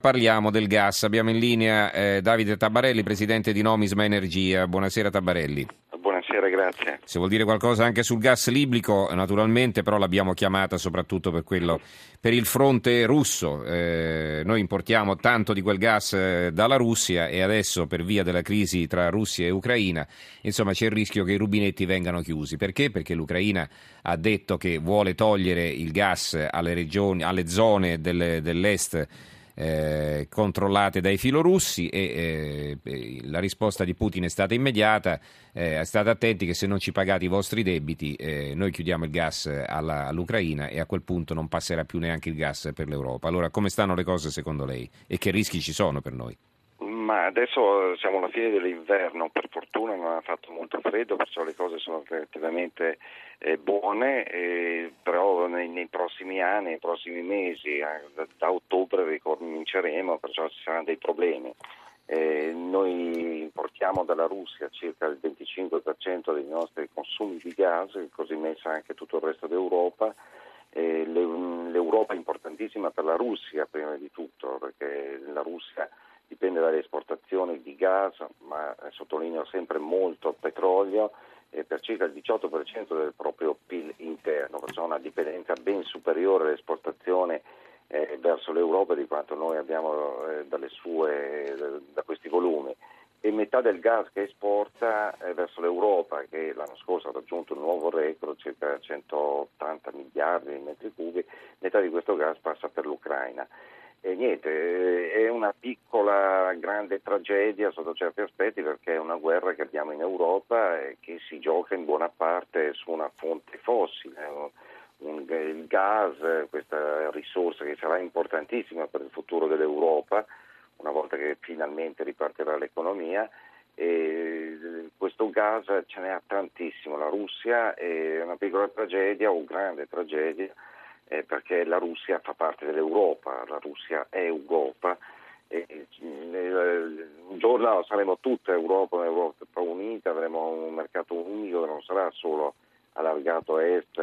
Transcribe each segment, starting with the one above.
Parliamo del gas. Abbiamo in linea Davide Tabarelli, presidente di Nomisma Energia. Buonasera Tabarelli. Buonasera, grazie. Se vuol dire qualcosa anche sul gas libico, naturalmente, però l'abbiamo chiamata soprattutto per il fronte russo. Noi importiamo tanto di quel gas dalla Russia e adesso, per via della crisi tra Russia e Ucraina, insomma, c'è il rischio che i rubinetti vengano chiusi. Perché? Perché l'Ucraina ha detto che vuole togliere il gas alle zone dell'est controllate dai filorussi e la risposta di Putin è stata immediata. State attenti che se non ci pagate i vostri debiti noi chiudiamo il gas all'Ucraina e a quel punto non passerà più neanche il gas per l'Europa. Allora, come stanno le cose secondo lei e che rischi ci sono per noi? Ma adesso siamo alla fine dell'inverno, per fortuna non ha fatto molto freddo, perciò le cose sono relativamente buone, però nei prossimi anni, nei prossimi mesi, da ottobre ricominceremo, perciò ci saranno dei problemi. Noi importiamo dalla Russia circa il 25% dei nostri consumi di gas, così messa anche tutto il resto d'Europa. L'Europa è importantissima per la Russia prima di tutto, perché la Russia dipende dalle esportazioni di gas, ma sottolineo sempre molto petrolio, per circa il 18% del proprio PIL interno, perciò una dipendenza ben superiore all'esportazione verso l'Europa di quanto noi abbiamo da questi volumi. E metà del gas che esporta verso l'Europa, che l'anno scorso ha raggiunto un nuovo record, circa 180 miliardi di metri cubi, metà di questo gas passa per l'Ucraina. E niente, è una piccola grande tragedia sotto certi aspetti, perché è una guerra che abbiamo in Europa e che si gioca in buona parte su una fonte fossile. Il gas, questa risorsa che sarà importantissima per il futuro dell'Europa, una volta che finalmente ripartirà l'economia, e questo gas ce n'è tantissimo. La Russia è una piccola tragedia o grande tragedia, perché la Russia fa parte dell'Europa, la Russia è Europa, un giorno saremo tutta Europa, un'Europa unita, avremo un mercato unico che non sarà solo allargato a est,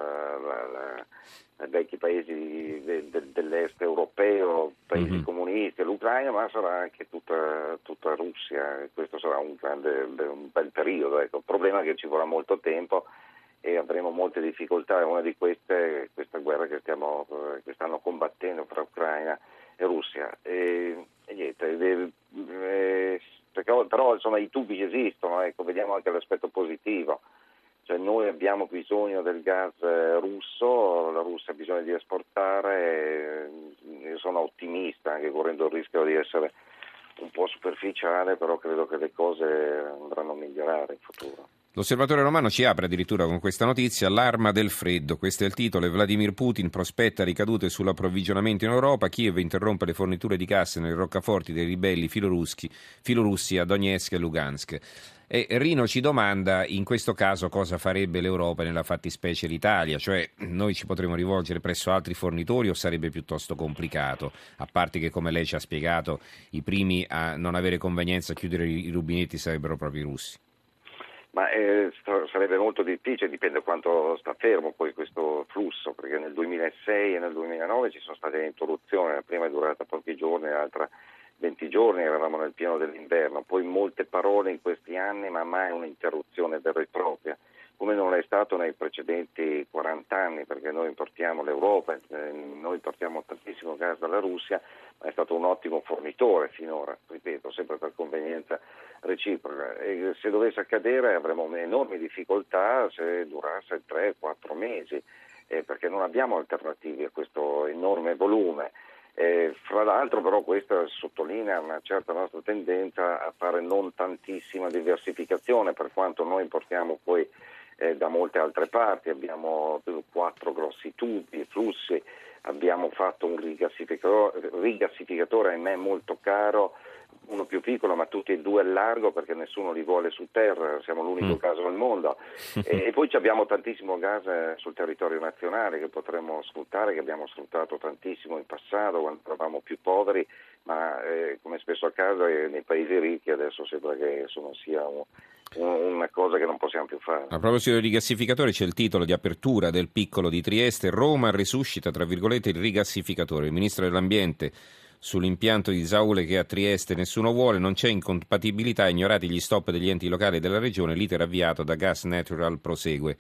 ai vecchi paesi dell'est europeo, paesi comunisti, l'Ucraina, ma sarà anche tutta Russia, e questo sarà un bel periodo. Ecco. Il problema è che ci vorrà molto tempo e avremo molte difficoltà. È una di questa guerra che stanno combattendo fra Ucraina e Russia. E niente, però insomma i dubbi esistono, ecco, vediamo anche l'aspetto positivo. Cioè, noi abbiamo bisogno del gas russo, la Russia ha bisogno di esportare, io sono ottimista, anche correndo il rischio di essere un po' superficiale, però credo che le cose andranno a migliorare in futuro. L'Osservatore Romano ci apre addirittura con questa notizia: l'arma del freddo. Questo è il titolo. Vladimir Putin prospetta ricadute sull'approvvigionamento in Europa. Kiev interrompe le forniture di gas nelle roccaforti dei ribelli filorussi a Donetsk e Lugansk. E Rino ci domanda in questo caso cosa farebbe l'Europa, nella fattispecie l'Italia, cioè noi ci potremmo rivolgere presso altri fornitori o sarebbe piuttosto complicato, a parte che, come lei ci ha spiegato, i primi a non avere convenienza a chiudere i rubinetti sarebbero proprio i russi. Ma sarebbe molto difficile, dipende quanto sta fermo poi questo flusso, perché nel 2006 e nel 2009 ci sono state le interruzioni, la prima è durata pochi giorni, l'altra 20 giorni, eravamo nel pieno dell'inverno, poi molte parole in questi anni, ma mai un'interruzione vera e propria, come non è stato nei precedenti 40 anni, perché noi importiamo l'Europa, noi importiamo tantissimo gas dalla Russia, ma è stato un ottimo fornitore finora, ripeto, sempre per convenienza reciproca. E se dovesse accadere avremo enormi difficoltà se durasse 3-4 mesi, perché non abbiamo alternativi a questo enorme volume. Fra l'altro però questo sottolinea una certa nostra tendenza a fare non tantissima diversificazione, per quanto noi importiamo poi da molte altre parti, abbiamo 4 grossi tubi, flussi, abbiamo fatto un rigassificatore ahimè molto caro, uno più piccolo ma tutti e due al largo, perché nessuno li vuole su terra, siamo l'unico caso al mondo, e poi abbiamo tantissimo gas sul territorio nazionale che potremmo sfruttare, che abbiamo sfruttato tantissimo in passato quando eravamo più poveri, ma come spesso accade nei paesi ricchi adesso sembra che sia una cosa che non possiamo più fare. A proposito del rigassificatore, c'è il titolo di apertura del Piccolo di Trieste: Roma resuscita, tra virgolette, il rigassificatore. Il ministro dell'Ambiente sull'impianto di Saule che a Trieste nessuno vuole, non c'è incompatibilità, ignorati gli stop degli enti locali della regione, l'iter avviato da Gas Natural prosegue.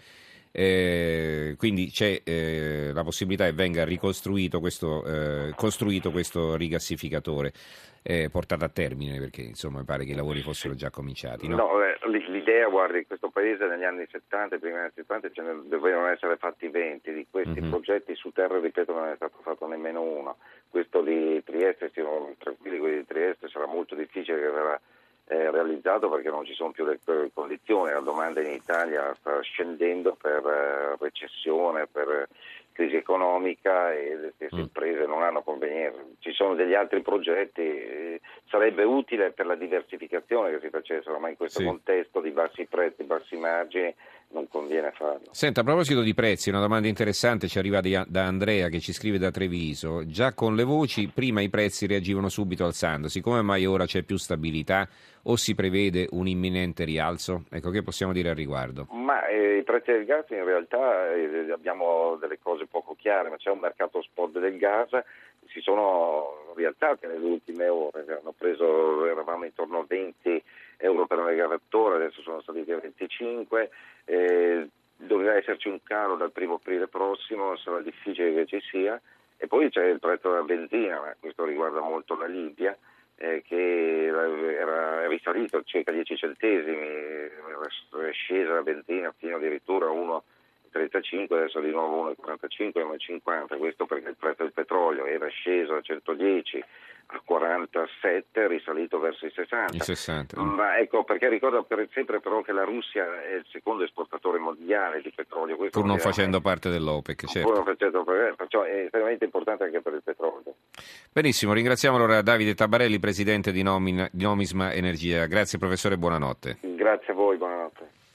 Quindi c'è la possibilità che venga ricostruito costruito questo rigassificatore, portato a termine, perché insomma mi pare che i lavori fossero già cominciati, no? No, l'idea, guardi, in questo paese negli anni 70, primi anni 70 ce ne dovevano essere fatti 20 di questi progetti su terra, ripeto, non è stato fatto nemmeno uno. Questo di Trieste, stiamo tranquilli, quelli di Trieste sarà molto difficile che verrà realizzato perché non ci sono più le condizioni, la domanda in Italia sta scendendo per recessione, per crisi economica e le stesse imprese non hanno convenienza. Ci sono degli altri progetti, sarebbe utile per la diversificazione che si facessero, ma in questo contesto di bassi prezzi, bassi margini non conviene farlo. Senta, a proposito di prezzi, una domanda interessante ci arriva da Andrea che ci scrive da Treviso. Già con le voci prima i prezzi reagivano subito alzandosi, come mai ora c'è più stabilità o si prevede un imminente rialzo? Ecco, che possiamo dire al riguardo? Ma i prezzi del gas in realtà abbiamo delle cose poco chiare, ma c'è un mercato spot del gas, si sono rialzati nelle ultime ore, eravamo intorno a 20 euro per megawattora, adesso sono saliti a 25, doveva esserci un calo dal 1° aprile prossimo, sarà difficile che ci sia, e poi c'è il prezzo della benzina, ma questo riguarda molto la Libia, che era risalito circa 10 centesimi, era scesa la benzina fino addirittura a 1,35, adesso di nuovo 1,45, 1,50, questo perché il prezzo del petrolio era sceso a 110, a 47, è risalito verso i 60. Ma ecco, perché ricordo sempre però che la Russia è il secondo esportatore mondiale di petrolio. Pur non facendo parte dell'OPEC, certo. Perciò è estremamente importante anche per il petrolio. Benissimo, ringraziamo allora Davide Tabarelli, presidente di Nomisma Energia. Grazie professore, buonanotte. Grazie a voi, buonanotte.